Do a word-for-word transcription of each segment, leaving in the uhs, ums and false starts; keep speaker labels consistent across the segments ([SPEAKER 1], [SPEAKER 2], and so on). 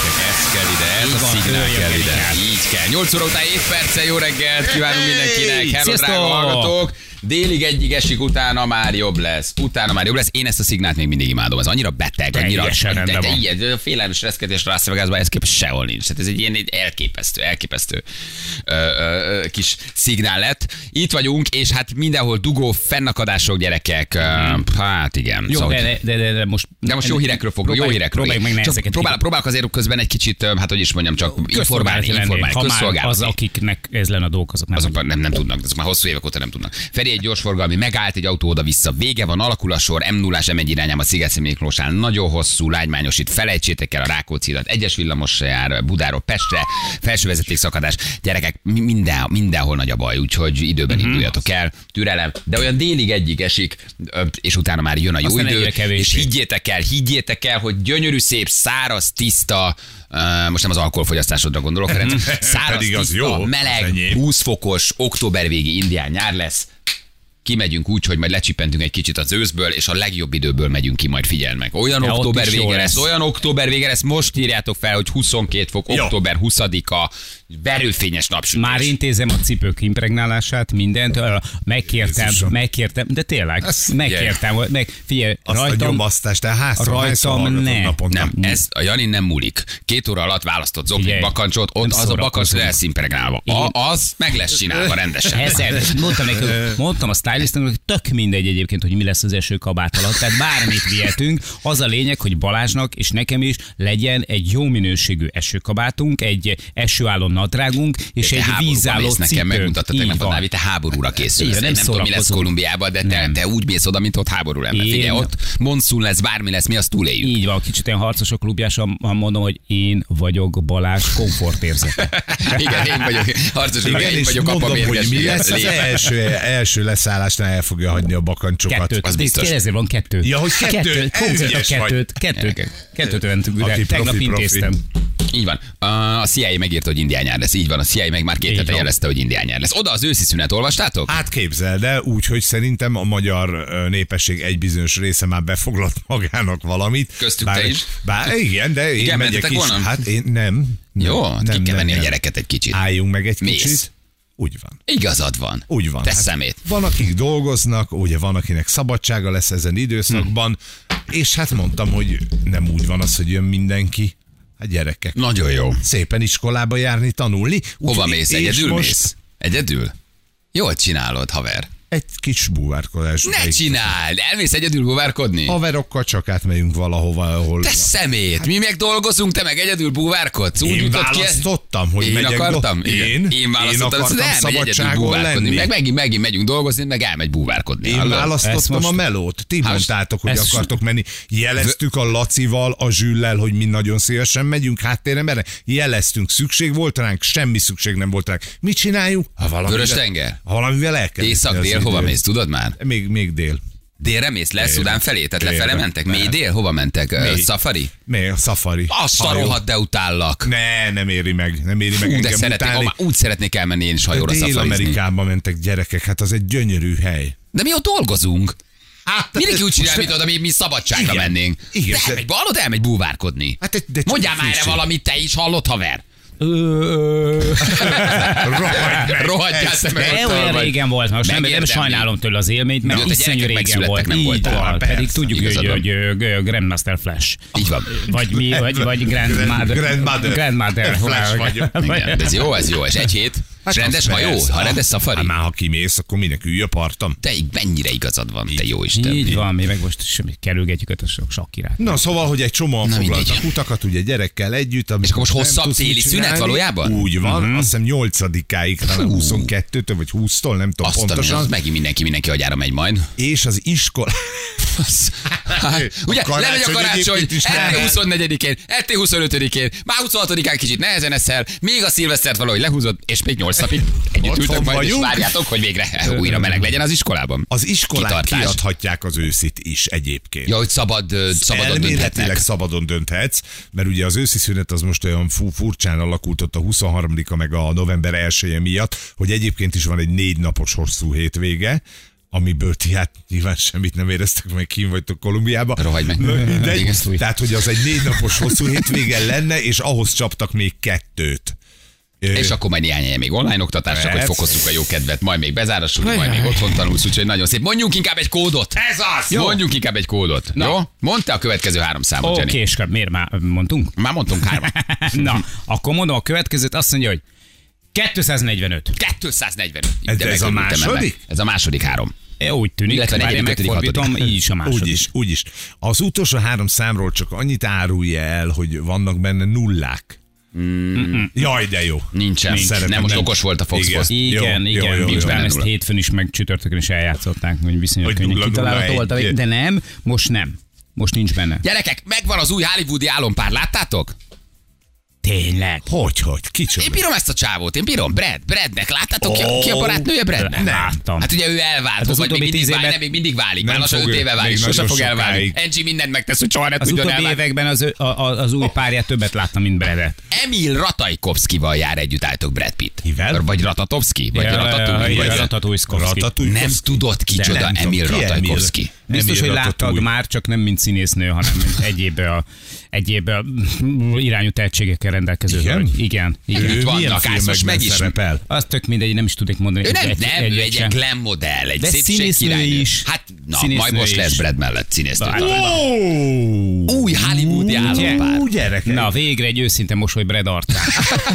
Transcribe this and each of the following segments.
[SPEAKER 1] gyerekek, ez kell ide, ez a szignál kell ide. Így kell. nyolc óra után hét perccel jó reggelt kívánunk mindenkinek. Hello, drága hallgatók. Délig egyig esik, utána már jobb lesz. Utána már jobb lesz. Én ezt a szignált még mindig imádom. Ez annyira beteg, annyira de, de, de ilyen félelmes reszketés rászövegázban ez képest sehol nincs. Tehát ez egy ilyen elképesztő, elképesztő ö, ö, ö, kis szignál lett. Itt vagyunk, és hát mindenhol dugó, fennakadások, gyerekek. Hát igen.
[SPEAKER 2] Jó,
[SPEAKER 1] szóval,
[SPEAKER 2] de, de, de, de most...
[SPEAKER 1] De most jó hírekről fogok, jó hírekről. Próbál, próbálok azért közben egy kicsit, hát hogy is mondjam, csak informálni, informálni.
[SPEAKER 2] Ha már az, akiknek ez lenne a dolgok, azok nem,
[SPEAKER 1] azok nem, nem tudnak, azok már hosszú évek óta nem tudnak. Feri egy gyorsforgalmi, megállt egy autó oda-vissza, vége van, alakul a sor, em nullás em egy irányába Sziget-Szentmiklósnál Miklósnál, nagyon hosszú, lágymányos, itt felejtsétek el a Rákóczi-utat, egyes villamos jár Budáról Pestre, felsővezeték szakadás, gyerekek, minden, mindenhol nagy a baj, úgyhogy időben uh-huh. induljatok el, türelem, de olyan délig egyig esik, és utána már jön a jó aztán idő, és higgyétek el, higgyétek el, hogy gyönyörű, szép, száraz, tiszta, Uh, most nem az alkoholfogyasztásodra gondolok, Ferenc. Száraz, tiszta, jó, meleg, húsz fokos, október végi indián nyár lesz. Kimegyünk úgy, hogy majd lecsippentünk egy kicsit az őszből, és a legjobb időből megyünk ki, majd figyeld meg. Olyan ja, október vége lesz, lesz, olyan október vége lesz, most írjátok fel, hogy huszonkét fok, jó. október huszadika, verőfényes napsütés.
[SPEAKER 2] Már intézem a cipők impregnálását, mindent, megkértem, Jézusom. megkértem, de tényleg, ezt megkértem, meg, figyelj,
[SPEAKER 3] azt
[SPEAKER 2] rajtam,
[SPEAKER 3] a nyombasztást, de házszor,
[SPEAKER 2] rajtam ne.
[SPEAKER 1] Nem, ez a Jani nem múlik. Két óra alatt választott zoplik bakancsot, ott az a bakancs lesz impregnálva. A, az meg lesz csinálva rendesen.
[SPEAKER 2] Ezer, mondtam neki, mondtam a stylistnak, hogy tök mindegy egyébként, hogy mi lesz az esőkabát alatt, tehát bármit vihetünk. Az a lényeg, hogy Balázsnak és nekem is legyen egy jó minőségű esőkabátunk, egy esőálló nadrágunk, és te egy vízálló cipő.
[SPEAKER 1] Nekem megmutatta tegnap a Návi, te háborúra készülsz. Nem, nem tudom, mi lesz Kolumbiában, de te, te úgy mész oda, mint ott háború lenne. Figyelj, ott monszun lesz, bármi lesz, mi azt túléljük.
[SPEAKER 2] Így van, kicsit olyan harcosok klubjásan mondom, hogy én vagyok Balázs komfortérzete.
[SPEAKER 1] Igen, én vagyok harcos klubja, én vagyok apa mérges.
[SPEAKER 3] Mi lesz az első, első leszállásnál el fogja hagyni a bakancsokat.
[SPEAKER 2] Kettőt, az biztos. Ezért van kettő.
[SPEAKER 3] Ja, hogy kettő.
[SPEAKER 2] Kettőt, kettőt, kettőt, kettőt öntünk, tegnap intéztem.
[SPEAKER 1] Így van. A C I A megírta, hogy indián nyár lesz. Így van, a C I A meg már két hete jelezte, hogy indián nyár lesz. Oda az őszi szünet, olvastátok?
[SPEAKER 3] Hát képzeld el, úgy, hogy szerintem a magyar népesség egy bizonyos része már befoglalt magának valamit.
[SPEAKER 1] Köztük
[SPEAKER 3] bár,
[SPEAKER 1] te is?
[SPEAKER 3] Bár, igen, de én igen, megyek is. Volna? Hát én nem.
[SPEAKER 1] Jó,
[SPEAKER 3] nem,
[SPEAKER 1] ki
[SPEAKER 3] nem,
[SPEAKER 1] kell
[SPEAKER 3] nem,
[SPEAKER 1] venni
[SPEAKER 3] nem.
[SPEAKER 1] a gyereket egy kicsit.
[SPEAKER 3] Álljunk meg egy
[SPEAKER 1] Mész.
[SPEAKER 3] kicsit. Úgy van.
[SPEAKER 1] Igazad van.
[SPEAKER 3] Úgy van.
[SPEAKER 1] Te
[SPEAKER 3] hát
[SPEAKER 1] szemét.
[SPEAKER 3] Van, akik dolgoznak, ugye van, akinek szabadsága lesz ezen időszakban, hmm. és hát mondtam, hogy nem úgy van az, hogy jön mindenki. Hát gyerekek.
[SPEAKER 1] Nagyon jó.
[SPEAKER 3] Szépen iskolába járni, tanulni.
[SPEAKER 1] Hova mész? Egyedül
[SPEAKER 3] most...
[SPEAKER 1] mész? Egyedül? Jól csinálod, haver.
[SPEAKER 3] Egy kis búvárkodás.
[SPEAKER 1] Ne csináld! Elmész egyedül búvárkodni?
[SPEAKER 3] Haverokkal csak átmegyünk valahova, ahol...
[SPEAKER 1] Te szemét! Hát... Mi meg dolgozunk, te meg egyedül búvárkodsz? Úgy
[SPEAKER 3] én választottam, ki... hogy
[SPEAKER 1] én
[SPEAKER 3] megyek...
[SPEAKER 1] akartam?
[SPEAKER 3] Do... Én?
[SPEAKER 1] Én választottam,
[SPEAKER 3] én akartam szabadságon lenni.
[SPEAKER 1] Meg megint, megint megyünk dolgozni, meg elmegy búvárkodni.
[SPEAKER 3] Én hallod? választottam most... a melót. Ti hát, mondtátok, hogy akartok s... menni. Jeleztük a Lacival, a Zsüllel, hogy mi nagyon szívesen megyünk háttéren, mert jeleztünk. Szükség volt ránk, semmi szükség nem volt ránk. Mit csináljuk?
[SPEAKER 1] Vörös-tenger?
[SPEAKER 3] Valamivel elkezdeni.
[SPEAKER 1] Észak-dél, hova mész, tudod már?
[SPEAKER 3] Még, még dél.
[SPEAKER 1] Délre mész, le Szudán felé? Tehát lefele mentek? Mély dél? Hova mentek? Mély. Safari?
[SPEAKER 3] Mély, Safari.
[SPEAKER 1] Azt a rohadt, de utállak.
[SPEAKER 3] Ne, nem éri meg. Nem éri meg
[SPEAKER 1] Fú,
[SPEAKER 3] engem
[SPEAKER 1] de szeretnék, ó, úgy szeretnék elmenni én is hajóra szafarizni.
[SPEAKER 3] Dél-Amerikába mentek gyerekek, hát az egy gyönyörű hely.
[SPEAKER 1] De mi ott dolgozunk? Hát, mindenki úgy csinál, mint oda, mi, mi szabadságra igen, mennénk. Igen, de elmegy, de... hallod, elmegy búvárkodni. Hát, de mondjál már erre valamit, te is hallod, haver? Rohadjál te meg ott.
[SPEAKER 2] Olyan régen volt, most nem, nem sajnálom tőle az élményt, mert iszonyú régen volt.
[SPEAKER 1] Nem
[SPEAKER 2] így van, pedig tudjuk, hogy Grandmaster Flash.
[SPEAKER 1] Így van.
[SPEAKER 2] Vagy mi, vagy, vagy Grandmother.
[SPEAKER 3] Grandmother.
[SPEAKER 2] Grandmother.
[SPEAKER 3] Flash vagyok.
[SPEAKER 1] Igen, de ez jó, ez jó, és egy hét. Hát rendes hajó, ha rendes szafari.
[SPEAKER 3] Hát már ha kimész, akkor minek ülj a parton.
[SPEAKER 1] Te mennyire igazad van, te jó Isten.
[SPEAKER 2] Így van, mi meg most semmi kerülgetjük a sok sakkirát.
[SPEAKER 3] Na szóval, hogy egy csomóan foglaltak utakat, ugye gyerekkel együtt.
[SPEAKER 1] És akkor most hosszabb téli szünet valójában?
[SPEAKER 3] Úgy van, azt hiszem nyolcadikáig, talán huszonkettőtől vagy húsztól, nem tudom pontosan.
[SPEAKER 1] Azt megint mindenki mindenki agyára megy majd.
[SPEAKER 3] És az iskola...
[SPEAKER 1] Ugye, lemegy a karácsony, elté huszonnegyedikén, elté huszonötödikén, már huszonhatodikán kicsit nehezen eszel, még a szilvesztert valahogy lehúzod, és még nyolc napig együtt ültök majd, és várjátok, hogy végre újra meleg legyen az iskolában.
[SPEAKER 3] Az iskolák kiadhatják az őszit is egyébként.
[SPEAKER 1] Ja, hogy szabad, szabadon dönthetnek.
[SPEAKER 3] Szabadon dönthetsz, mert ugye az őszi szünet az most olyan furcsán alakult ott a huszonharmadika meg a november elseje miatt, hogy egyébként is van egy négy napos hosszú hétvége, amiből ti hát nyilván semmit nem éreztek, meg kín vagytok Kolumbiába.
[SPEAKER 1] Rohagy meg.
[SPEAKER 3] Mindegy, tehát, hogy az egy négy napos hosszú hétvége lenne, és ahhoz csaptak még kettőt.
[SPEAKER 1] És akkor majd néhány helyen még online oktatás, csak hogy fokozzuk a jó kedvet, majd még bezárasul, majd még otthon tanulsz, úgyhogy nagyon szép. Mondjunk inkább egy kódot.
[SPEAKER 3] Ez az!
[SPEAKER 1] Jó. Mondjunk inkább egy kódot. Na. Jó? Mondta a következő három számot,
[SPEAKER 2] Oké,
[SPEAKER 1] Jenny.
[SPEAKER 2] és miért már mondtunk?
[SPEAKER 1] Már mondtunk hárman.
[SPEAKER 2] Na, akkor mondom a következőt, azt mondja, hogy kétszáznegyvenöt.
[SPEAKER 1] kétszáznegyvenöt.
[SPEAKER 3] Ez,
[SPEAKER 1] De
[SPEAKER 3] ez a második?
[SPEAKER 1] Ez a második három.
[SPEAKER 2] Úgy tűnik,
[SPEAKER 1] Illetve
[SPEAKER 2] bár én
[SPEAKER 1] negyedik, ötödik,
[SPEAKER 2] megfordítom,
[SPEAKER 1] hatodik.
[SPEAKER 2] így is a második.
[SPEAKER 3] Úgyis, úgyis. Az utolsó három számról csak annyit árulja el, hogy vannak benne nullák.
[SPEAKER 1] Mm.
[SPEAKER 3] Jaj, de jó.
[SPEAKER 1] Nincsen.
[SPEAKER 3] Szeretem,
[SPEAKER 1] nem, most
[SPEAKER 3] nem.
[SPEAKER 1] okos volt a Fox
[SPEAKER 3] Igen.
[SPEAKER 1] Post.
[SPEAKER 2] Igen,
[SPEAKER 3] Jó,
[SPEAKER 2] igen,
[SPEAKER 3] jó, jó,
[SPEAKER 2] miután
[SPEAKER 1] jó.
[SPEAKER 2] ezt
[SPEAKER 1] Nulla.
[SPEAKER 2] hétfőn is, meg csütörtökön is eljátszották, hogy viszonylag
[SPEAKER 3] Hogy
[SPEAKER 2] könnyen
[SPEAKER 3] nulla,
[SPEAKER 2] kitalálható
[SPEAKER 3] nulla,
[SPEAKER 2] volt,
[SPEAKER 3] egy.
[SPEAKER 2] de nem, most nem. Most nincs benne.
[SPEAKER 1] Gyerekek, megvan az új hollywoodi álompár, láttátok?
[SPEAKER 2] Tényleg?
[SPEAKER 3] Hogy, hogy? Kicsoda?
[SPEAKER 1] Én bírom ezt a csávót, én bírom. Brad, Bradnek, láttátok ki, a- ki a barátnője Bradnek?
[SPEAKER 2] Láttam.
[SPEAKER 1] Hát ugye ő elvált,
[SPEAKER 2] Hát az
[SPEAKER 1] vagy még
[SPEAKER 2] utóbbi
[SPEAKER 1] mindig
[SPEAKER 2] tíz
[SPEAKER 1] válik,
[SPEAKER 2] évben-
[SPEAKER 1] nem, még mindig válik.
[SPEAKER 3] Nem
[SPEAKER 1] Már lassan
[SPEAKER 3] fog
[SPEAKER 1] öt
[SPEAKER 3] ő-
[SPEAKER 1] éve válik,
[SPEAKER 3] még
[SPEAKER 1] sose
[SPEAKER 3] nagyon
[SPEAKER 1] fog elválni.
[SPEAKER 3] sokáig.
[SPEAKER 1] Angie mindent megtesz, hogy soha ne
[SPEAKER 2] Az
[SPEAKER 1] tudjon
[SPEAKER 2] utóbbi
[SPEAKER 1] elválni.
[SPEAKER 2] években az, ő- a, a, az új párját többet láttam, mint Bradet.
[SPEAKER 1] Emil Ratajkovszkival jár együtt álltok Brad Pitt.
[SPEAKER 3] Kivel?
[SPEAKER 1] Vagy Ratatovszki? Vagy Ratatouille? Vagy-
[SPEAKER 2] Ratatouille.
[SPEAKER 3] Ratatouille.
[SPEAKER 1] Nem tudod kicsoda
[SPEAKER 3] Nem tudom,
[SPEAKER 1] Emil
[SPEAKER 3] ki Emil?
[SPEAKER 1] Ratajkovszki.
[SPEAKER 2] Biztos,
[SPEAKER 3] Emil
[SPEAKER 2] hogy láttad
[SPEAKER 3] Ratatouille.
[SPEAKER 2] már, csak nem mint színésznő, hanem mint egyéb, a, egyéb a, irányú tehetségekkel rendelkező.
[SPEAKER 3] Igen?
[SPEAKER 2] hölgy. Igen. igen.
[SPEAKER 3] Ő
[SPEAKER 1] vannak,
[SPEAKER 3] milyen
[SPEAKER 1] állsz, most
[SPEAKER 3] filmekben
[SPEAKER 1] meg is-
[SPEAKER 3] szerepel?
[SPEAKER 2] Az tök mindegy, nem is tudnék mondani.
[SPEAKER 1] Ő nem,
[SPEAKER 2] egy-
[SPEAKER 1] nem,
[SPEAKER 2] egy-
[SPEAKER 1] ő
[SPEAKER 2] egy
[SPEAKER 1] egy
[SPEAKER 2] sem.
[SPEAKER 1] ilyen glam modell, egy
[SPEAKER 2] De
[SPEAKER 1] szépség
[SPEAKER 2] színésznő
[SPEAKER 1] királynő.
[SPEAKER 2] is.
[SPEAKER 1] Hát, na,
[SPEAKER 2] Színésznő
[SPEAKER 1] majd most lesz
[SPEAKER 2] is.
[SPEAKER 1] Brad mellett színésznő.
[SPEAKER 2] Bár-
[SPEAKER 3] Ó!
[SPEAKER 1] Új hollywoodi álompár.
[SPEAKER 3] Ú, gyerekek.
[SPEAKER 2] Na, végre egy őszinte mosoly Brad arcán.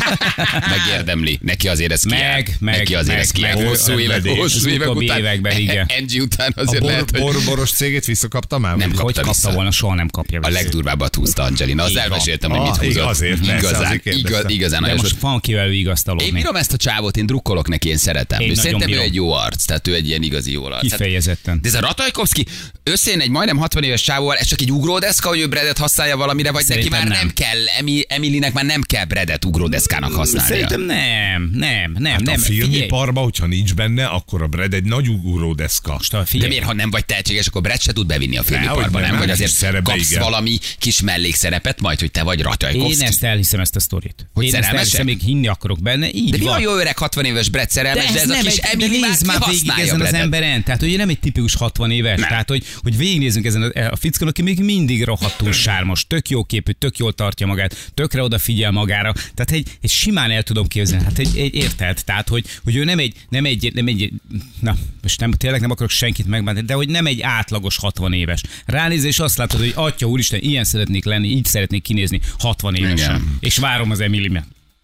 [SPEAKER 1] Megérdemli. Neki azért ez kijár.
[SPEAKER 2] Meg, meg,
[SPEAKER 1] Neki azért
[SPEAKER 2] meg,
[SPEAKER 1] ez kijár.
[SPEAKER 2] meg.
[SPEAKER 1] Hosszú
[SPEAKER 3] Ő
[SPEAKER 1] évek,
[SPEAKER 3] szenvedély.
[SPEAKER 1] hosszú
[SPEAKER 2] Az
[SPEAKER 1] évek
[SPEAKER 2] utóbbi
[SPEAKER 1] után.
[SPEAKER 2] években, igen.
[SPEAKER 1] Angie után
[SPEAKER 3] A
[SPEAKER 1] azért
[SPEAKER 3] bor,
[SPEAKER 1] lehet, hogy
[SPEAKER 3] bor, boros cégét visszakapta már?
[SPEAKER 1] Nem
[SPEAKER 3] Vagy?
[SPEAKER 1] kapta
[SPEAKER 2] Hogy kapta
[SPEAKER 1] vissza.
[SPEAKER 2] volna, soha nem kapja
[SPEAKER 1] a
[SPEAKER 2] vissza.
[SPEAKER 1] legdurvábbat húzta Angelina. Az
[SPEAKER 2] Így van.
[SPEAKER 1] elmeséltem, hogy
[SPEAKER 3] Ah,
[SPEAKER 1] mit húzott.
[SPEAKER 3] igen, azért, persze,
[SPEAKER 1] igazán,
[SPEAKER 3] azért kérdeztem.
[SPEAKER 1] igaz, igazán
[SPEAKER 2] De
[SPEAKER 1] nagyon
[SPEAKER 2] most van kivel
[SPEAKER 1] Én
[SPEAKER 2] igaztalódni.
[SPEAKER 1] bírom ezt a csávót, én drukkolok neki, én szeretem.
[SPEAKER 2] Én
[SPEAKER 1] Ő
[SPEAKER 2] nagyon
[SPEAKER 1] szerintem ő
[SPEAKER 2] bírom.
[SPEAKER 1] egy jó arc, tehát ő egy ilyen igazi jó arc. Hát-
[SPEAKER 2] Kifejezetten.
[SPEAKER 1] De ez a Ratajkovszki összejön egy majdnem hatvan éves csávóval, ez csak egy ugródeszka, hogy ő Bradet használja valamire, vagy neki
[SPEAKER 2] Szerintem
[SPEAKER 1] már nem,
[SPEAKER 2] nem.
[SPEAKER 1] kell, Emi, Emilinek már nem kell Bradet ugródeszkának használnia.
[SPEAKER 2] Szerintem nem, nem, nem,
[SPEAKER 3] Hát
[SPEAKER 2] nem.
[SPEAKER 3] a
[SPEAKER 2] Figyelj,
[SPEAKER 3] filmiparban, hogyha nincs benne, akkor a Brad egy nagy ugródeszka.
[SPEAKER 2] most a
[SPEAKER 1] De
[SPEAKER 2] figyelj.
[SPEAKER 1] miért, ha nem vagy tehetséges, akkor Brad se tud bevinni a
[SPEAKER 3] Dehogy
[SPEAKER 1] filmiparba,
[SPEAKER 3] nem,
[SPEAKER 1] nem? Vagy
[SPEAKER 3] nem,
[SPEAKER 1] azért
[SPEAKER 3] szerepbe,
[SPEAKER 1] kapsz
[SPEAKER 3] igen.
[SPEAKER 1] valami kis mellékszerepet, majd, hogy te vagy Ratajkovszki.
[SPEAKER 2] Én ezt elhiszem, ezt a sztorit.
[SPEAKER 1] Hogy
[SPEAKER 2] Én ezt
[SPEAKER 1] szerelmesek?
[SPEAKER 2] elhiszem, még hinni akarok benne. Így
[SPEAKER 1] De mi
[SPEAKER 2] van.
[SPEAKER 1] a jó öreg hatvan éves Brad szerelmes, de,
[SPEAKER 2] ez
[SPEAKER 1] ez a
[SPEAKER 2] nem
[SPEAKER 1] kis
[SPEAKER 2] egy, de
[SPEAKER 1] Emily már
[SPEAKER 2] nézd már végig
[SPEAKER 1] kihasználja
[SPEAKER 2] ezen az
[SPEAKER 1] Bradet.
[SPEAKER 2] emberen. Tehát, hogy nem egy tipikus hatvan éves.
[SPEAKER 1] Nem.
[SPEAKER 2] Tehát, hogy, hogy végignézünk ezen a, a fickón, aki még mindig rohadtul sármos, tök jó képű, tök jól tartja magát, tökre odafigyel magára. Tehát egy, egy simán el tudom képzelni. Hát egy, egy érted. Tehát, hogy, hogy ő nem egy, nem egy, nem egy, na, most nem, tényleg nem akarok senkit megbántani, de hogy nem egy átlagos hatvan éves. Ránéz, és azt látod, hogy atya úristen, ilyen szeretnék lenni, így szeretnék kinézni hatvan évesen.
[SPEAKER 1] Igen.
[SPEAKER 2] És várom az Emily-met.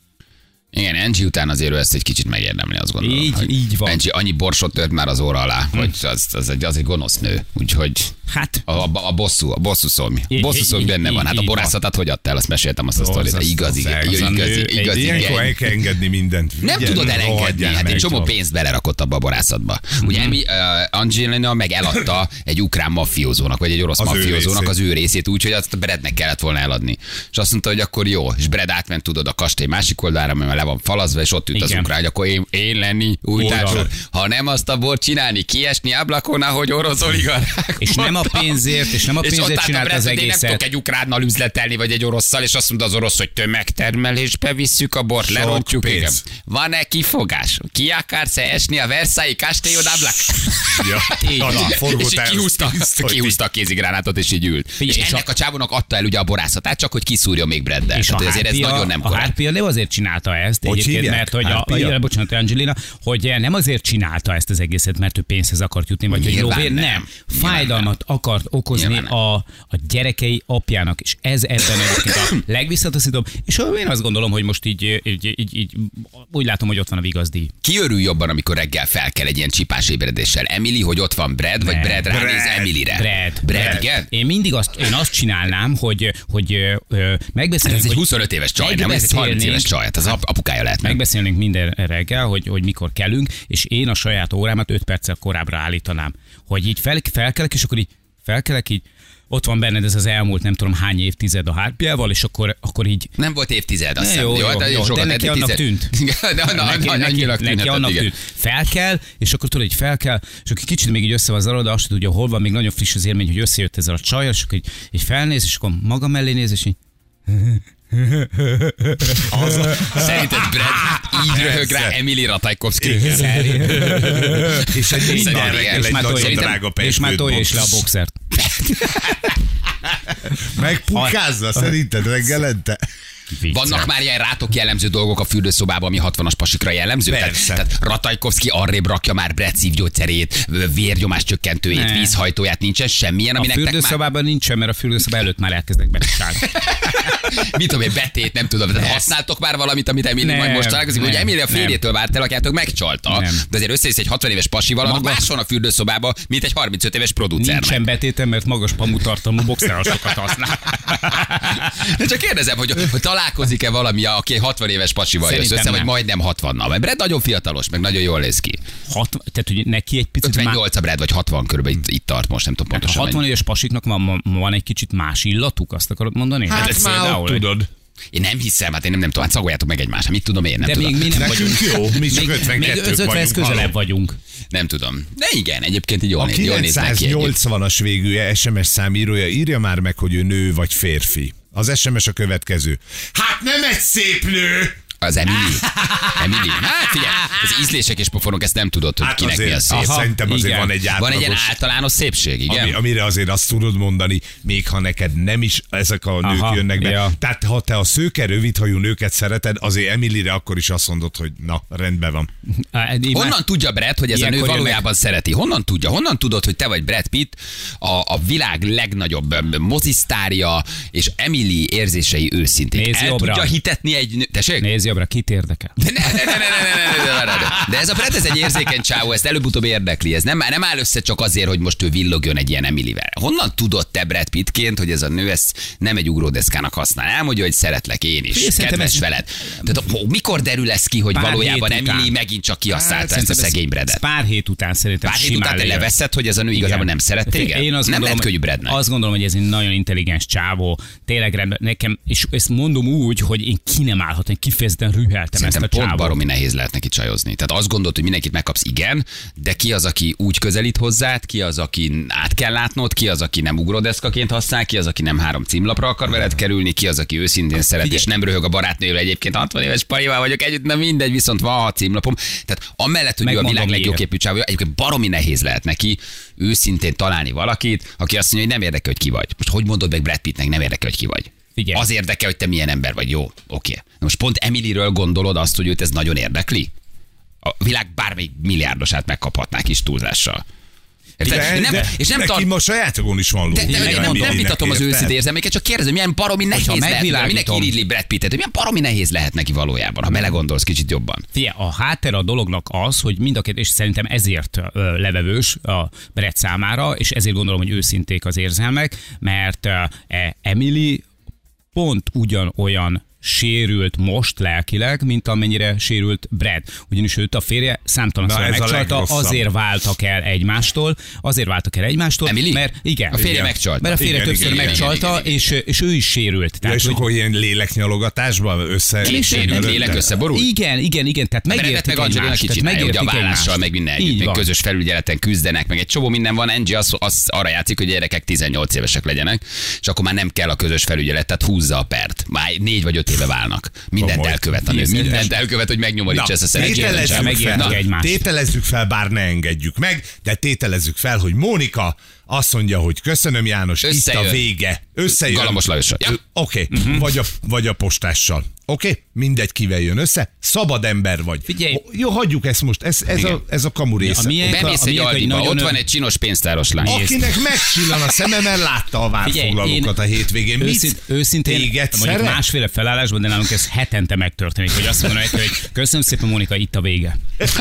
[SPEAKER 1] Igen, Angie után azért ő ezt egy kicsit megérdemli, azt gondolom.
[SPEAKER 2] Így-
[SPEAKER 1] hogy
[SPEAKER 2] így van.
[SPEAKER 1] Angie annyi borsot tört már az óra alá, hogy az, az, egy, az egy gonosz nő. Úgyhogy
[SPEAKER 2] Hát,
[SPEAKER 1] a, a, a bosszú, a bosszú szomj.
[SPEAKER 2] Így-
[SPEAKER 1] Bosszú szomj
[SPEAKER 2] így-
[SPEAKER 1] benne van. Hát a
[SPEAKER 2] így van.
[SPEAKER 1] borászatát hogy adtál, azt meséltem azt a sztorit. De igaz, igen,
[SPEAKER 3] az a
[SPEAKER 1] igazi,
[SPEAKER 3] nő,
[SPEAKER 1] igazi,
[SPEAKER 3] Ilyenkor el
[SPEAKER 1] igazi.
[SPEAKER 3] kell engedni mindent.
[SPEAKER 1] Nem
[SPEAKER 3] Vigyen,
[SPEAKER 1] tudod elengedni,
[SPEAKER 3] rohadjál
[SPEAKER 1] hát egy
[SPEAKER 3] meg.
[SPEAKER 1] csomó pénzt belerakott abba a borászatba. Ugye Emi, uh, Angelina meg eladta egy ukrán mafiózónak, vagy egy orosz
[SPEAKER 3] Az ő
[SPEAKER 1] mafiózónak
[SPEAKER 3] részét.
[SPEAKER 1] az ő részét úgy, hogy azt Bradnek kellett volna eladni. És azt mondta, hogy akkor jó. És Brad átment, tudod, a kastély másik oldalára, mert már le van falazva, és ott ült az
[SPEAKER 2] Igen.
[SPEAKER 1] ukrán, hogy akkor én, én lenni új
[SPEAKER 2] Oda.
[SPEAKER 1] társad. Ha nem azt a bort csinálni, kiesni ablakon, ahogy orosz oligarchák.
[SPEAKER 2] És nem a
[SPEAKER 1] mondta.
[SPEAKER 2] pénzért, és nem a
[SPEAKER 1] És ott
[SPEAKER 2] pénzért
[SPEAKER 1] állt a
[SPEAKER 2] csinált
[SPEAKER 1] Brad,
[SPEAKER 2] az
[SPEAKER 1] hogy én nem
[SPEAKER 2] egészet.
[SPEAKER 1] tudok egy ukránnal üzletelni, vagy egy orosszal, és azt mondta az orosz, hogy tömegtermelésbe visszük a bort,
[SPEAKER 3] Sok
[SPEAKER 1] lerontjuk.
[SPEAKER 3] pénz.
[SPEAKER 1] Igen. Van-e kifogás? Ki akarsz esni a Versailles kastélyod ablak?
[SPEAKER 3] Ja,
[SPEAKER 2] Így
[SPEAKER 3] az
[SPEAKER 2] van.
[SPEAKER 3] a forgó
[SPEAKER 1] És így
[SPEAKER 3] táj-
[SPEAKER 1] kihúzta,
[SPEAKER 3] hogy
[SPEAKER 1] kihúzta a kézigránátot, és így ült.
[SPEAKER 2] Figyelj,
[SPEAKER 1] és
[SPEAKER 2] és
[SPEAKER 1] ennek
[SPEAKER 2] a-
[SPEAKER 1] a csávónak adta el ugye a borászatát, csak hogy kiszúrja még Braddel.
[SPEAKER 2] És a
[SPEAKER 1] Tehát azért ez
[SPEAKER 2] Harpia,
[SPEAKER 1] nagyon nem
[SPEAKER 2] a
[SPEAKER 1] korrekt.
[SPEAKER 2] Harpia nem azért csinálta ezt,
[SPEAKER 3] Hogy
[SPEAKER 2] egyébként,
[SPEAKER 3] hívják?
[SPEAKER 2] mert hogy a,
[SPEAKER 3] Harpia?
[SPEAKER 2] a, bocsánat, Angelina, hogy nem azért csinálta ezt az egészet, mert ő pénzhez akart jutni, vagy hogy
[SPEAKER 1] Nyilván
[SPEAKER 2] lóvér,
[SPEAKER 1] nem.
[SPEAKER 2] nem.
[SPEAKER 1] Nyilván
[SPEAKER 2] Fájdalmat akart okozni
[SPEAKER 1] Nyilván nem.
[SPEAKER 2] a, a gyerekei apjának, és ez ebben egyébként a legvisszataszítóbb. És én azt gondolom, hogy most így, így, így, így úgy látom, hogy ott van a vigazdi.
[SPEAKER 1] Ki örül jobban, amikor reggel fel kell egy ilyen csipás ébredéssel? Emily, hogy ott van Brad, vagy
[SPEAKER 2] Nem.
[SPEAKER 1] Brad ránéz
[SPEAKER 3] Brad.
[SPEAKER 1] Emilyre?
[SPEAKER 2] Brad,
[SPEAKER 1] Brad, igen?
[SPEAKER 2] Én mindig azt, én azt csinálnám, hogy, hogy ö, megbeszélünk,
[SPEAKER 1] Ez egy
[SPEAKER 2] hogy
[SPEAKER 1] huszonöt éves csaj, nem? Ez egy harminc éves csaj, hát az ap- apukája lehet meg.
[SPEAKER 2] Megbeszélnénk minden reggel, hogy, hogy mikor kelünk, és én a saját órámat öt perccel korábbra állítanám. Hogy így fel, felkelek, és akkor így felkelek, így ott van benned ez az elmúlt nem tudom hány évtized a Harpiával, és akkor, akkor így
[SPEAKER 1] Nem volt évtized, azt
[SPEAKER 2] Ne,
[SPEAKER 1] hiszem.
[SPEAKER 2] jó, jó,
[SPEAKER 1] hát
[SPEAKER 2] jó,
[SPEAKER 1] sokat
[SPEAKER 2] de neki
[SPEAKER 1] eddig
[SPEAKER 2] annak
[SPEAKER 1] tized-
[SPEAKER 2] tűnt.
[SPEAKER 1] De annak-
[SPEAKER 2] neki,
[SPEAKER 1] annak-
[SPEAKER 2] neki,
[SPEAKER 1] annyilag
[SPEAKER 2] neki
[SPEAKER 1] tűnhetett,
[SPEAKER 2] annak
[SPEAKER 1] igen.
[SPEAKER 2] tűnt. Fel kell, és akkor tudod, hogy fel kell, és akkor kicsit még így össze van zarodva, azt se tudja, hol van, még nagyon friss az élmény, hogy összejött ezzel a csajjal, és akkor így, így felnéz, és akkor maga mellé néz, és így
[SPEAKER 1] Az a... Szerinted Brad így röhög rá Emily Ratajkowski?
[SPEAKER 3] És egy minden reggel egy nagyon drága pejsgőt.
[SPEAKER 2] És már tolja is le a boxert.
[SPEAKER 3] Megpukázza szerinted reggelente?
[SPEAKER 2] Vicce.
[SPEAKER 1] Vannak már ilyen rátok jellemző dolgok a fürdőszobában, ami hatvanas pasikra jellemző?
[SPEAKER 3] Persze.
[SPEAKER 1] Tehát, tehát Ratajkowski arrébb rakja már Brad szívgyógyszerét, vérnyomás csökkentőjét,
[SPEAKER 2] Ne.
[SPEAKER 1] vízhajtóját, nincsen semmilyen, ami
[SPEAKER 2] A
[SPEAKER 1] nektek már...
[SPEAKER 2] fürdőszobában nincsen, mert a fürdőszoba előtt már elkezdek betegságot.
[SPEAKER 1] Mit tudom én, betét, nem tudom. Tehát használtok már valamit, amit Emily
[SPEAKER 2] Nem,
[SPEAKER 1] majd most találkozik, hogy
[SPEAKER 2] nem,
[SPEAKER 1] Emily a
[SPEAKER 2] nem.
[SPEAKER 1] férjétől várt el, akiától megcsalta.
[SPEAKER 2] Nem.
[SPEAKER 1] De azért összejössz egy hatvan éves pasival, annak
[SPEAKER 2] Magas-
[SPEAKER 1] máson a fürdőszobába, mint egy harmincöt éves producernek.
[SPEAKER 2] Nincsen betétem, mert magas pamutartalmú boxerosokat használ.
[SPEAKER 1] De csak kérdezem, hogy, hogy találkozik-e valami, aki egy hatvan éves pasival jössz
[SPEAKER 2] Szerintem
[SPEAKER 1] össze, vagy
[SPEAKER 2] nem.
[SPEAKER 1] majdnem hatvannal. Mert Brad nagyon fiatalos, meg nagyon jól néz ki.
[SPEAKER 2] Hat, tehát, hogy neki egy picit má...
[SPEAKER 1] ötvennyolc a Brad, vagy hatvan körülbelül itt, itt tart most, nem tudom
[SPEAKER 2] A
[SPEAKER 1] pontosan.
[SPEAKER 2] hatvan éves pasiknak van, van egy kicsit más illatuk, azt akarod mondani?
[SPEAKER 3] Hát
[SPEAKER 2] ez
[SPEAKER 3] már
[SPEAKER 2] például,
[SPEAKER 3] ott
[SPEAKER 2] hogy-
[SPEAKER 3] tudod.
[SPEAKER 1] Én nem hiszem, hát én nem, nem tudom, hát szagoljátok meg egymást, hát mit tudom én, nem
[SPEAKER 2] De
[SPEAKER 1] tudom.
[SPEAKER 2] még mi nem
[SPEAKER 3] Nekünk
[SPEAKER 2] vagyunk.
[SPEAKER 3] jó, mi csak
[SPEAKER 2] még, még
[SPEAKER 3] ötvenkettők
[SPEAKER 2] ötvenhez
[SPEAKER 3] vagyunk,
[SPEAKER 2] közelebb
[SPEAKER 3] haló.
[SPEAKER 2] vagyunk.
[SPEAKER 1] Nem tudom. De igen, egyébként így jól,
[SPEAKER 3] A
[SPEAKER 1] néz, jól néz neki egyébként.
[SPEAKER 3] kilencszáznyolcvanas végű es em es számírója írja már meg, hogy ő nő vagy férfi. Az es em es a következő. Hát nem egy szép nő!
[SPEAKER 1] Az Emily. Emily. Hát figyelj, az ízlések és pofonok, ezt nem tudod, hogy
[SPEAKER 3] Hát
[SPEAKER 1] kinek mi a
[SPEAKER 3] azért,
[SPEAKER 1] szép.
[SPEAKER 3] aha, szerintem azért
[SPEAKER 2] igen.
[SPEAKER 3] van egy
[SPEAKER 1] Van
[SPEAKER 3] átlagos...
[SPEAKER 1] egy ilyen általános szépség, igen?
[SPEAKER 3] Ami, amire azért azt tudod mondani, még ha neked nem is ezek a nők
[SPEAKER 2] Aha,
[SPEAKER 3] jönnek be.
[SPEAKER 2] ja.
[SPEAKER 3] Tehát ha te a szőke, rövidhajú nőket szereted, azért Emilyre akkor is azt mondod, hogy na, rendben van.
[SPEAKER 2] Á, én már-
[SPEAKER 1] Honnan tudja Brad, hogy ez a nő
[SPEAKER 2] Ilyenkor
[SPEAKER 1] valójában szereti? Honnan tudja? Honnan tudod, hogy te vagy Brad Pitt, a, a világ legnagyobb öm, mozisztárja, és Emily érzései őszinték?
[SPEAKER 2] Nézz
[SPEAKER 1] El
[SPEAKER 2] jobbra.
[SPEAKER 1] tudja hitetni egy nő... Tessék?
[SPEAKER 2] Nézz jobbra, kit érdekel?
[SPEAKER 1] De, ne, ne, ne, ne, ne, ne, ne, ne, ne, ne. De ez a Brad, ez egy érzékeny csávó, ezt előbb-utóbb érdekli. Ez nem, nem áll össze csak azért, hogy most ő villogjon egy ilyen Emilyvel. Honnan tudod te Brad Pittként, hogy ez a nő ezt nem egy ugródeszkának használ? Elmondja, hogy szeretlek én is,
[SPEAKER 2] Figyelj, szerintem
[SPEAKER 1] kedves
[SPEAKER 2] ez-
[SPEAKER 1] veled. Tehát ó, mikor derül ez ki, hogy
[SPEAKER 2] Pár
[SPEAKER 1] valójában
[SPEAKER 2] hét
[SPEAKER 1] Emily
[SPEAKER 2] után.
[SPEAKER 1] megint csak kihasználta
[SPEAKER 2] Hát,
[SPEAKER 1] ezt a
[SPEAKER 2] szerintem ez-
[SPEAKER 1] szegény Bradet?
[SPEAKER 2] Pár hét után szerintem
[SPEAKER 1] Pár hét
[SPEAKER 2] simán
[SPEAKER 1] után te
[SPEAKER 2] lejön.
[SPEAKER 1] leveszed, hogy ez a nő igazából nem szeret téged?
[SPEAKER 2] Én azt
[SPEAKER 1] nem
[SPEAKER 2] gondolom,
[SPEAKER 1] lehet könnyű Bradnek.
[SPEAKER 2] Azt gondolom, hogy ez egy nagyon intelligens csávó. Tényleg rendben, nekem, és ezt mondom úgy, hogy én ki nem állhatom, én kifejezetten rüheltem
[SPEAKER 1] Szerintem
[SPEAKER 2] ezt a
[SPEAKER 1] pont
[SPEAKER 2] csávót.
[SPEAKER 1] baromi nehéz lehet neki csajozni. Tehát azt gondolod, hogy mindenkit megkapsz, igen, de ki az, aki úgy közelít hozzád, ki az, aki át kell látnod, ki az, aki nem ugródeszkaként használ, ki az, aki nem három címlapra akar veled kerülni, ki az, aki őszintén szeret,
[SPEAKER 2] Figyelj.
[SPEAKER 1] és nem röhög a barátnőről. Egyébként hatvan éves parival vagyok együtt, na mindegy, viszont van hat címlapom. Tehát amellett, hogy ő a
[SPEAKER 2] Megmondom,
[SPEAKER 1] világ legjobb
[SPEAKER 2] miért.
[SPEAKER 1] képű csávója, egyébként baromi nehéz lehet neki őszintén találni valakit, aki azt mondja, hogy nem érdekel, hogy ki vagy. Most hogy mondod meg Brad Pittnek, nem érdekel, hogy ki vagy.
[SPEAKER 2] Figyelj.
[SPEAKER 1] Az érdekel, hogy te milyen ember vagy. Jó, oké. Na most pont Emilyről gondolod azt, hogy őt ez nagyon érdekli? A világ bármelyik milliárdosát megkaphatnák is túlzással. Érted?
[SPEAKER 3] De,
[SPEAKER 1] nem,
[SPEAKER 3] de,
[SPEAKER 1] és nem
[SPEAKER 3] neki
[SPEAKER 1] tal-
[SPEAKER 3] ma sajátokon is van ló.
[SPEAKER 1] de, de, de, nem, nem vitatom az
[SPEAKER 3] őszintén
[SPEAKER 1] őszinte érzelmeket, csak kérdezem, milyen baromi nehéz lehet, mivel mindenki
[SPEAKER 2] megvilágítom.
[SPEAKER 1] iridli Brad Pittet, hogy milyen baromi nehéz lehet neki valójában, ha belegondolsz kicsit jobban.
[SPEAKER 2] Figyelj, a háttér a dolognak az, hogy mind a két, és szerintem ezért ö, levevős a Brad számára, és ezért gondolom, hogy őszinték az érzelmek, mert ö, e, Emily pont ugyanolyan sérült most lelkileg, mint amennyire sérült Brad. Ugyanis őt a férje számtalanszor
[SPEAKER 3] Na, ez a
[SPEAKER 2] megcsalta,
[SPEAKER 3] legrosszabb.
[SPEAKER 2] azért váltak el egymástól, azért váltak el egymástól,
[SPEAKER 1] Emily?
[SPEAKER 2] mert igen.
[SPEAKER 1] A férje
[SPEAKER 2] igen,
[SPEAKER 1] megcsalta.
[SPEAKER 2] Mert a férje
[SPEAKER 3] Igen,
[SPEAKER 2] többször
[SPEAKER 3] igen, igen,
[SPEAKER 2] megcsalta,
[SPEAKER 1] igen, igen,
[SPEAKER 2] és, és ő is sérült.
[SPEAKER 3] Ja,
[SPEAKER 2] Tehát,
[SPEAKER 3] és
[SPEAKER 2] hogy-
[SPEAKER 3] akkor ilyen léleknyalogatásban össze...
[SPEAKER 1] Két sérült lélek összeborult.
[SPEAKER 2] igen, igen, igen, tehát
[SPEAKER 1] Bredet
[SPEAKER 2] megértik
[SPEAKER 1] meg Angelina
[SPEAKER 2] egymást.
[SPEAKER 1] kicsit,
[SPEAKER 2] tehát
[SPEAKER 1] ugye a
[SPEAKER 2] megértik
[SPEAKER 1] vállással,
[SPEAKER 2] egymást.
[SPEAKER 1] meg minden
[SPEAKER 2] Így
[SPEAKER 1] együtt, meg
[SPEAKER 2] van.
[SPEAKER 1] közös felügyeleten küzdenek, meg egy csomó minden van. Angie az, az arra játszik, hogy a gyerekek tizennyolc évesek legyenek, és akkor már nem kell a közös felügyelet, tehát húzza a pert. Már négy vagy öt éve válnak. Mindent
[SPEAKER 3] Komoly.
[SPEAKER 1] elkövet a nő,
[SPEAKER 2] Igen,
[SPEAKER 1] mindent elkövet, hogy megnyomorítsa ezt a szerencsétlen
[SPEAKER 3] tételezzük
[SPEAKER 1] csávót.
[SPEAKER 2] megértik
[SPEAKER 3] fel,
[SPEAKER 2] egymást.
[SPEAKER 3] tételezzük fel, bár ne engedjük meg, de tételezzük fel, hogy Mónika azt mondja, hogy köszönöm János,
[SPEAKER 1] Összejön.
[SPEAKER 3] itt a vége. Összejön.
[SPEAKER 1] Galambos Lajossal. Ja.
[SPEAKER 3] Oké, okay. uh-huh. vagy, a, vagy a postással. Oké, okay? Mindegy, kivel jön össze. Szabad ember vagy.
[SPEAKER 2] Figyelj.
[SPEAKER 3] Jó, hagyjuk ezt most. Ez, ez, a, ez a kamu része.
[SPEAKER 2] A miénk-
[SPEAKER 1] Bemész
[SPEAKER 2] a
[SPEAKER 1] egy
[SPEAKER 2] miénk egy
[SPEAKER 1] Aldiba,
[SPEAKER 2] nagyon
[SPEAKER 1] ott
[SPEAKER 2] ön-
[SPEAKER 1] van egy csinos pénztáros lány.
[SPEAKER 3] Akinek megcsillan a szeme, mert látta a várfoglalókat a hétvégén. Mit
[SPEAKER 2] Őszint, őszintén,
[SPEAKER 3] téged
[SPEAKER 2] mondjuk
[SPEAKER 3] szeret?
[SPEAKER 2] másféle felállásban, de nálunk ez hetente megtörténik, hogy azt mondom neki, hogy köszönöm szépen, Mónika, itt a vége.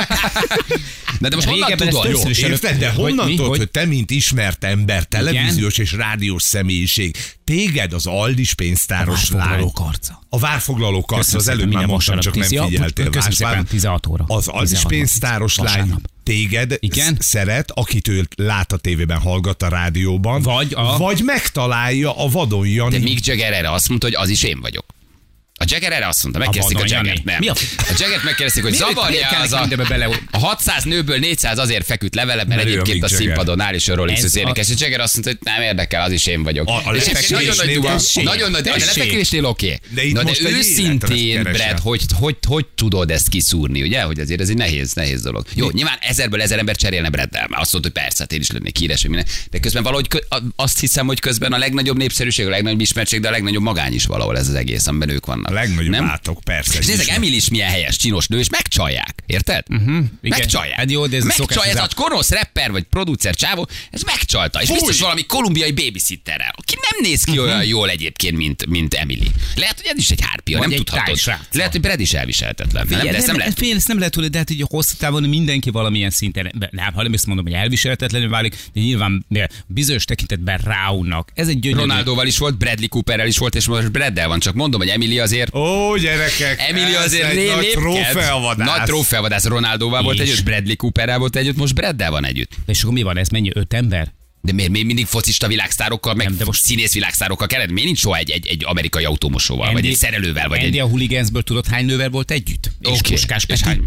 [SPEAKER 1] De, de most honnan
[SPEAKER 2] Régebben ez
[SPEAKER 1] tudod?
[SPEAKER 2] többször is
[SPEAKER 3] Érted? De
[SPEAKER 2] Hogy
[SPEAKER 3] honnan
[SPEAKER 2] mi?
[SPEAKER 3] tudod,
[SPEAKER 2] Hogy-
[SPEAKER 3] hogy te, mint ismert ember, televíziós és rádiós személyiség, téged az Aldis pénztáros lány.
[SPEAKER 2] Várfoglalók arca.
[SPEAKER 3] A várfoglalók arca,
[SPEAKER 2] Köszönöm
[SPEAKER 3] az
[SPEAKER 2] szépen,
[SPEAKER 3] előbb már
[SPEAKER 2] minden
[SPEAKER 3] mondtam,
[SPEAKER 2] vasárnap
[SPEAKER 3] csak nem
[SPEAKER 2] tíz- ja,
[SPEAKER 3] figyeltél.
[SPEAKER 2] köszönöm
[SPEAKER 3] Vás-
[SPEAKER 2] szépen, tizenhat óra.
[SPEAKER 3] Az Aldis
[SPEAKER 2] tizenhat óra.
[SPEAKER 3] pénztáros lány
[SPEAKER 2] Vasárnap.
[SPEAKER 3] téged
[SPEAKER 2] Igen?
[SPEAKER 3] szeret, akit ő lát a tévében, hallgat a rádióban,
[SPEAKER 2] Vagy a-
[SPEAKER 3] vagy megtalálja a vadon Jani.
[SPEAKER 1] De Mick Jagger erre azt mondta, hogy az is én vagyok. A Jagger erre azt mondta, megkérdezték a, a Jaggert, nem.
[SPEAKER 2] Mi a...
[SPEAKER 1] a Jaggert megkérdezték, hogy zavarja az a, a hatszáz nőből négyszáz azért feküdt levele, mert egyébként a színpadon áll, és a Rolling Stones énekes. És a Jagger azt mondta, hogy nem érdekel, az is én vagyok.
[SPEAKER 3] A, a
[SPEAKER 1] nagyon nagy, a lefekvésnél oké. Na de őszintén, Brad, hogy, hogy, hogy tudod ezt kiszúrni, ugye? Hogy azért ez egy nehéz, nehéz dolog. Jó, nyilván ezerből ezer ember cserélne Braddel, mert azt mondta, hogy persze, hát én is lennék híres, hogy minden. De közben valahogy kö, azt hiszem, hogy közben a legnagyobb népszerűség, a legnagyobb ismertség, de a legnagyobb magány is valahol ez az egész, amiben ők vannak.
[SPEAKER 3] A legnagyobb átok, persze.
[SPEAKER 1] És nézzek, Emily is milyen helyes, csinos nő, és megcsalják. Érted? Uh-huh, megcsalják.
[SPEAKER 2] Hát jó, de ez
[SPEAKER 1] megcsalja, ez a konosz rapper vagy producer csávó, ez megcsalta. És Fúj. biztos valami kolumbiai babysitterrel, aki nem néz ki uh-huh. olyan jól egyébként, mint, mint Emily. Lehet, hogy ez is egy hárpia, nem tudhatod. Lehet, hogy Brad is elviselhetetlen. Nem,
[SPEAKER 2] nem,
[SPEAKER 1] ezt nem lehet.
[SPEAKER 2] Fél, ezt nem lehet tudni, de hát hogy hosszú távon mindenki valamilyen szinten, nem, ha nem ezt mondom, hogy elviselhetetlenül válik, de nyilván bizonyos tekintetben ráunnak. Ez egy gyönyörű.
[SPEAKER 1] Ronaldóval is volt, Bradley Cooperrel is volt, és most Braddel van, csak mondom, hogy Emily azért.
[SPEAKER 3] Ó, gyerekek!
[SPEAKER 1] Emily azért egy nagy
[SPEAKER 3] trófeavadász.
[SPEAKER 1] Nagy trófeavadász. Ronaldóval volt együtt, Bradley Cooperrel volt együtt, most Braddel van együtt.
[SPEAKER 2] És akkor mi van, ez mennyi? Öt ember?
[SPEAKER 1] De miért, miért mindig focista világsztárokkal, meg
[SPEAKER 2] nem, de most
[SPEAKER 1] színész világsztárokkal kellett? Miért nincs soha egy, egy, egy amerikai autómosóval, Andy, vagy egy szerelővel? Vagy
[SPEAKER 2] Andy
[SPEAKER 1] egy...
[SPEAKER 2] a Hooligansből tudod, hány nővel volt együtt?
[SPEAKER 1] Okay. És Puskás Peti.
[SPEAKER 3] Hány...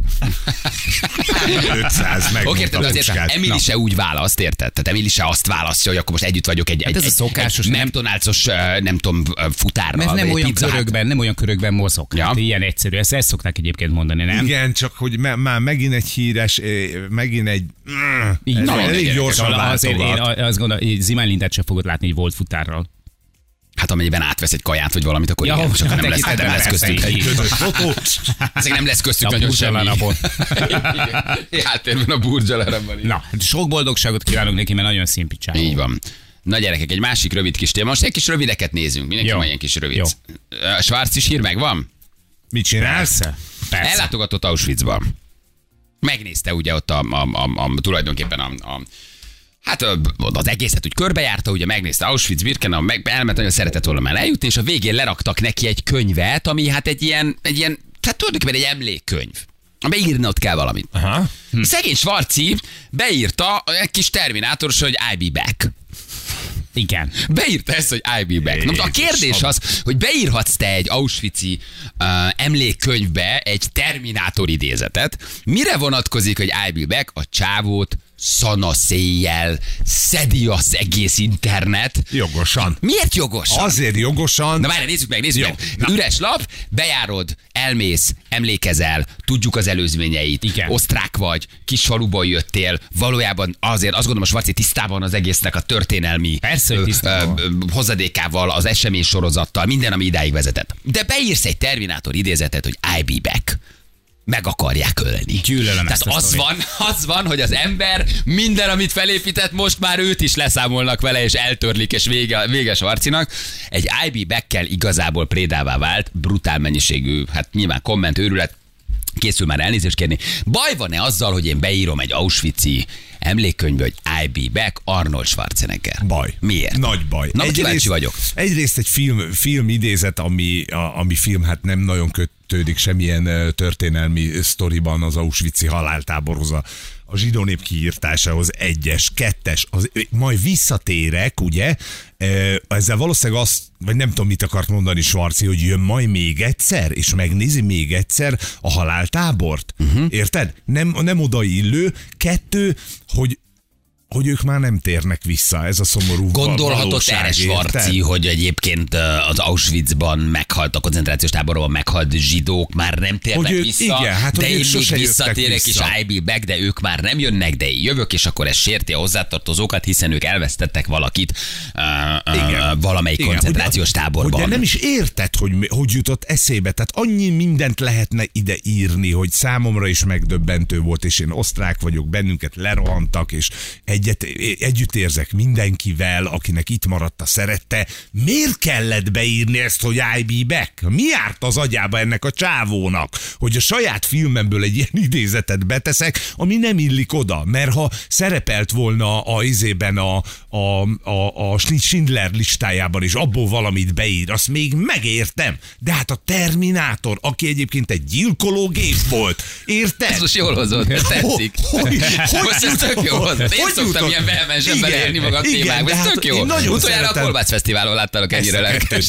[SPEAKER 3] ötszáz meg.
[SPEAKER 1] Oké, érted, azért Emily se úgy választ, érted? Tehát Emily se azt választja, hogy akkor most együtt vagyok egy,
[SPEAKER 2] hát
[SPEAKER 1] egy,
[SPEAKER 2] ez
[SPEAKER 1] egy,
[SPEAKER 2] a szokásos,
[SPEAKER 1] egy McDonald's-os, nem tudom, futárral.
[SPEAKER 2] Mert nem olyan körökben, nem olyan körökben mozog. Ja. Hát ilyen egyszerű, ezt, ezt szokták egyébként mondani, nem?
[SPEAKER 3] Igen, csak hogy me- már megint egy híres, megint egy...
[SPEAKER 2] Így, elég gyorsan azért én azt gondolom, Zimány Lindát sem fogod látni egy volt futárral.
[SPEAKER 1] Hát amennyiben átvesz egy kaját vagy valamit, akkor ja, igen, csak nem lesz, nem lesz köztük egy közös fotó. Ezek nem lesz köztük nagyon semmi. Háttérben a Burj Al Arabban.
[SPEAKER 2] Na, sok boldogságot kívánok neki, mert nagyon szimpi csávó.
[SPEAKER 1] Így van. Na gyerekek, egy másik rövid kis téma. Most egy kis rövideket nézünk. Mindenki van ilyen kis rövid. Schwarz is hír megvan?
[SPEAKER 3] Mit csinálsz?
[SPEAKER 2] Persze. Persze.
[SPEAKER 1] Ellátogatott Auschwitzba. Megnézte ugye ott a, a, a, a, tulajdonképpen a, a hát az egészet úgy körbejárta, ugye megnézte Auschwitz-Birkenau, meg elment, nagyon szeretett volna már eljutni, és a végén leraktak neki egy könyvet, ami hát egy ilyen, egy ilyen, hát tulajdonképpen egy emlékkönyv. Beírni ott kell valamit. Aha. Hm. Szegény Schwarzi beírta egy kis terminátoros, hogy I be back.
[SPEAKER 2] Igen.
[SPEAKER 1] Beírta ezt, hogy I be back. Na, a kérdés az, hogy beírhatsz te egy auschwitzi uh, emlékkönyvbe egy terminátor idézetet, mire vonatkozik, hogy I be back? A csávót szanaszéjjel szedi az egész internet.
[SPEAKER 3] Jogosan.
[SPEAKER 1] Miért jogosan?
[SPEAKER 3] Azért jogosan.
[SPEAKER 1] Na várj, nézzük meg, nézzük Jó. meg. Na. Üres lap, bejárod, elmész, emlékezel, tudjuk az előzményeit. Igen. Osztrák vagy, kisfaluból jöttél, valójában azért azt gondolom, a Schwarzi tisztában az egésznek a történelmi
[SPEAKER 2] Persze, ö, ö,
[SPEAKER 1] hozadékával, az esemény sorozattal, minden, ami idáig vezetett. De beírsz egy Terminátor idézetet, hogy I be back. Meg akarják ölni.
[SPEAKER 2] Gyűlölöm.
[SPEAKER 1] Tehát az van, az van, hogy az ember minden, amit felépített, most már őt is leszámolnak vele, és eltörlik, és vége, vége Schwarzinak. Egy I be back-kel igazából prédává vált, brutál mennyiségű, hát nyilván komment, őrület, készül már elnézést kérni. Baj van-e azzal, hogy én beírom egy auschwitzi emlékkönyvbe, hogy I be back, Arnold Schwarzenegger?
[SPEAKER 3] Baj.
[SPEAKER 1] Miért?
[SPEAKER 3] Nagy baj.
[SPEAKER 1] Na, kíváncsi vagyok.
[SPEAKER 3] Egyrészt egy film, film idézet, ami, a, ami film hát nem nagyon kötődik semmilyen történelmi sztoriban az auschwitzi haláltáborhoz, a, a zsidó nép kiírtásához, egyes, kettes, az, majd visszatérek, ugye, ezzel valószínűleg azt, vagy nem tudom, mit akart mondani Schwarzi, hogy jön majd még egyszer, és megnézi még egyszer a haláltábort. Uh-huh. Érted? Nem, nem odaillő. Kettő, hogy hogy ők már nem térnek vissza, ez a szomorú
[SPEAKER 1] Gondolhatott
[SPEAKER 3] valóság,
[SPEAKER 1] erre Schwarzi, hogy egyébként az Auschwitzban meghalt, a koncentrációs táborban meghalt zsidók már nem térnek
[SPEAKER 3] ők,
[SPEAKER 1] vissza,
[SPEAKER 3] igen, hát,
[SPEAKER 1] de én még visszatérek,
[SPEAKER 3] vissza.
[SPEAKER 1] és I be back, de ők már nem jönnek, de én jövök, és akkor ez sérti a hozzátartozókat, hiszen ők elvesztettek valakit uh, uh, valamelyik igen, koncentrációs
[SPEAKER 3] hogy,
[SPEAKER 1] táborban.
[SPEAKER 3] Hogy nem is érted, hogy hogy jutott eszébe, tehát annyi mindent lehetne ide írni, hogy számomra is megdöbbentő volt, és én osztrák vagyok, bennünket lerohantak, és egyet, együtt érzek mindenkivel, akinek itt maradt a szerette. Miért kellett beírni ezt, hogy I be back? Mi járt az agyába ennek a csávónak, hogy a saját filmemből egy ilyen idézetet beteszek, ami nem illik oda, mert ha szerepelt volna a izében a, a, a, a Schindler listájában, és abból valamit beír, azt még megértem. De hát a Terminátor, aki egyébként egy gyilkológép volt, érted?
[SPEAKER 1] Ez most jól hozott, ez tetszik.
[SPEAKER 3] Hogy, hogy,
[SPEAKER 1] most ez tök jó hozott. Én szoktam ilyen vehemensen beleérni magam témákba, ez tök jó. Utoljára a Kolbász Fesztiválon láttalak ennyire lelkes.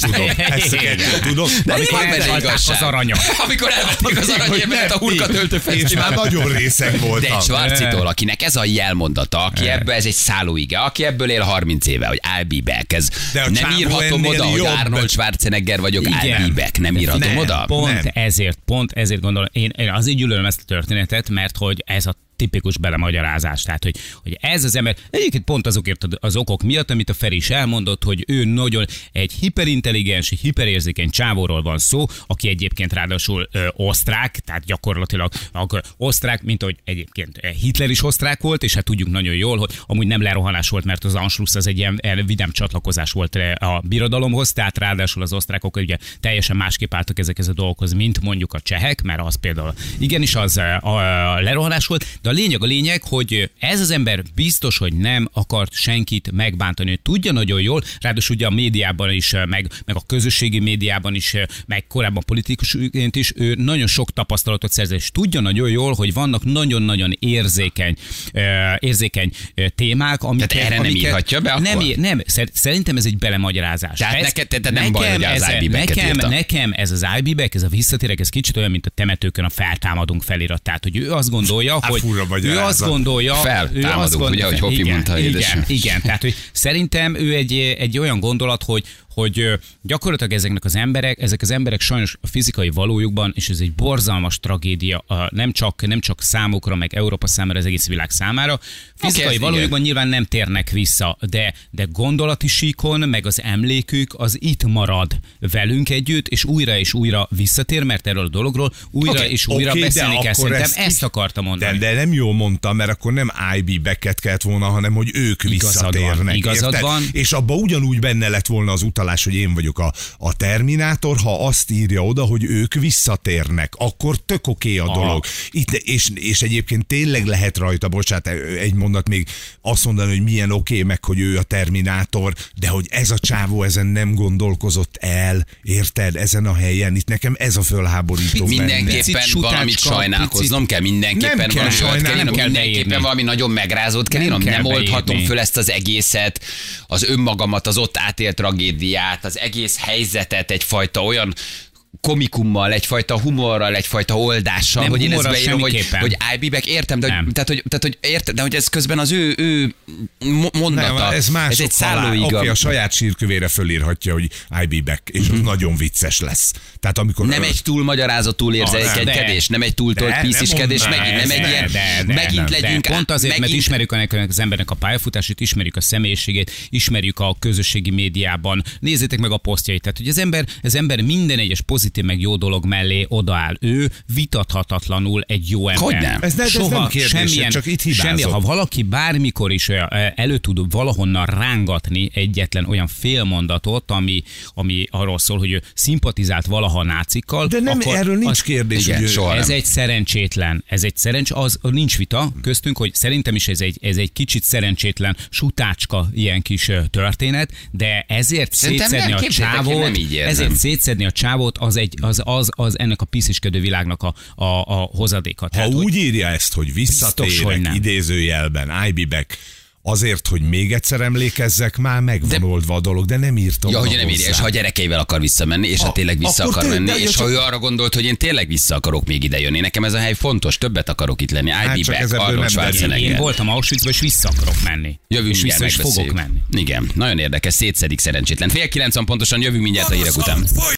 [SPEAKER 3] Tudom.
[SPEAKER 2] Amikor elvették az aranyat.
[SPEAKER 1] Amikor elvették az aranyérmet a Hurkatöltő Fesztiválon.
[SPEAKER 3] És már nagyon részeg voltam.
[SPEAKER 1] De egy Schwarzitól, akinek ez a jelmondata, aki ebből, ez egy szállóige, aki ebből él harminc éve, hogy I'll be back. Ez nem írhatom oda, hogy Arnold Schwarzenegger vagyok, I'll be back. Nem írhatom oda?
[SPEAKER 2] Pont ezért, pont ezért gondolom. Én, én azért gyűlölöm ezt a történetet, mert hogy ez a tipikus belemagyarázás. Tehát, hogy, hogy ez az ember, egyébként pont azokért az okok miatt, amit a Feri is elmondott, hogy ő nagyon egy hiperintelligens, hiperérzékeny csávóról van szó, aki egyébként ráadásul ö, osztrák, tehát gyakorlatilag akkor osztrák, mint ahogy egyébként Hitler is osztrák volt, és hát tudjuk nagyon jól, hogy amúgy nem lerohanás volt, mert az Anschluss az egy ilyen vidám csatlakozás volt a birodalomhoz, tehát ráadásul az osztrákok ugye teljesen másképp álltak ezekhez a dolgokhoz, mint mondjuk a csehek, mert az például igenis az a, a lerohanás volt. De a lényeg a lényeg, hogy ez az ember biztos, hogy nem akart senkit megbántani. Ő tudja nagyon jól, ráadásul ugye a médiában is, meg, meg a közösségi médiában is, meg korábban politikusként is, ő nagyon sok tapasztalatot szerzett, és tudja nagyon jól, hogy vannak nagyon-nagyon érzékeny, érzékeny témák, amiket...
[SPEAKER 1] Tehát erre nem írhatja be akkor?
[SPEAKER 2] Nem, nem, szerintem ez egy belemagyarázás.
[SPEAKER 1] Tehát ez, neked, te nem baj, hogy az I'll be back-et
[SPEAKER 2] nekem, nekem ez az I'll be back, ez a visszatérek, ez kicsit olyan, mint a temetőkön a feltámadunk felirat. Tehát, hogy ő azt gondolja, hogy ő azt gondolja,
[SPEAKER 1] feltámadunk, ő azt gondolja, ugye, hogy Hopi mondta,
[SPEAKER 2] igen, igen, tehát, hogy szerintem ő egy, egy olyan gondolat, hogy hogy gyakorlatilag ezeknek az emberek, ezek az emberek sajnos a fizikai valójukban, és ez egy borzalmas tragédia, nem csak, nem csak számukra, meg Európa számára, az egész világ számára. Fizikai okay, valójukban igen. Nyilván nem térnek vissza, de, de gondolati síkon, meg az emlékük az itt marad velünk együtt, és újra és újra visszatér, mert erről a dologról újra okay, és újra okay, beszélni kell. Szerintem ezt, ezt akarta mondani.
[SPEAKER 3] De, de nem jól mondtam, mert akkor nem I'll be back-et kellett volna, hanem hogy ők
[SPEAKER 2] igazad
[SPEAKER 3] visszatérnek.
[SPEAKER 2] Van, igazad van.
[SPEAKER 3] És abban ugyanúgy benne lett volna az utalás, hogy én vagyok a, a Terminátor, ha azt írja oda, hogy ők visszatérnek, akkor tök oké a dolog. Itt, és, és egyébként tényleg lehet rajta, bocsánat, egy mondat még azt mondani, hogy milyen oké, meg hogy ő a Terminátor, de hogy ez a csávó ezen nem gondolkozott el, érted, ezen a helyen, itt nekem ez a fölháborító.
[SPEAKER 1] Mindenképpen valamit sajnálkoznom kell, mindenképpen
[SPEAKER 3] nem kell sajnálni,
[SPEAKER 1] nem kell mindenképpen valami nagyon megrázott kell írnom, nem, nem oldhatom föl ezt az egészet, az önmagamat, az ott átélt tragédiát, az egész helyzetet egyfajta olyan komikummal, egyfajta humorral, egyfajta oldással, nem, hogy én ezt beírom, hogy, hogy I'll be back, értem, de hogy, tehát, hogy, tehát, hogy értem, de hogy ez közben az ő, ő mondata, nem, ez, ez egy szállóiga.
[SPEAKER 3] Oké, okay, a saját sírkövére fölírhatja, hogy I'll be back, és mm-hmm. az nagyon vicces lesz. Tehát amikor
[SPEAKER 1] nem ő... egy túl magyarázott túlérzékenykedés, nem egy túl tolt pisziskedés, megint nem egy ilyen, megint legyünk.
[SPEAKER 2] Pont azért, mert ismerjük az embernek a pályafutását, ismerjük a személyiségét, ismerjük a közösségi médiában, nézzétek meg a posztjait. Tehát, hogy az ember, az ember minden egyes pozitív meg jó dolog mellé odaáll. Ő vitathatatlanul egy jó ember.
[SPEAKER 1] Hogy nem?
[SPEAKER 3] Ez, ne, ez
[SPEAKER 2] Soha,
[SPEAKER 3] nem kérdés, semmilyen, csak itt
[SPEAKER 2] semmi, ha valaki bármikor is elő tud valahonnan rángatni egyetlen olyan félmondatot, ami, ami arról szól, hogy ő szimpatizált valaha a nácikkal.
[SPEAKER 3] De nem, erről nincs
[SPEAKER 2] az,
[SPEAKER 3] kérdés.
[SPEAKER 1] Igen, soha
[SPEAKER 2] ez
[SPEAKER 1] nem.
[SPEAKER 2] egy szerencsétlen. Ez egy szerencs, az nincs vita köztünk, hogy szerintem is ez egy, ez egy kicsit szerencsétlen sutácska ilyen kis történet, de ezért
[SPEAKER 1] szerintem
[SPEAKER 2] szétszedni
[SPEAKER 1] nem,
[SPEAKER 2] a csávót, ezért szétszedni a csávót, az egy Az, az, az ennek a pisziskedő világnak a, a, a hozadéka.
[SPEAKER 3] Ha
[SPEAKER 2] Tehát,
[SPEAKER 3] úgy írja ezt, hogy visszatérek idézőjelben, I'll be back, azért, hogy még egyszer emlékezzek, már megvan de, oldva a dolog, de nem írtam.
[SPEAKER 1] Ja, hogy nem írja, és ha a gyerekeivel akar visszamenni, és a, ha tényleg vissza akar tényleg, menni, és csak... ha ő arra gondolt, hogy én tényleg vissza akarok még ide jönni, nekem ez a hely fontos, többet akarok itt lenni. I'll be back, Arnold Schwarzenegger.
[SPEAKER 2] Én voltam Auschwitzban, és vissza akarok menni.
[SPEAKER 1] Jövünk
[SPEAKER 2] és vissza is fogok menni.
[SPEAKER 1] Igen, nagyon érdekes, szétszedik szerencsétlen. Fél kilenc pontosan jövünk mindjárt a hírek után.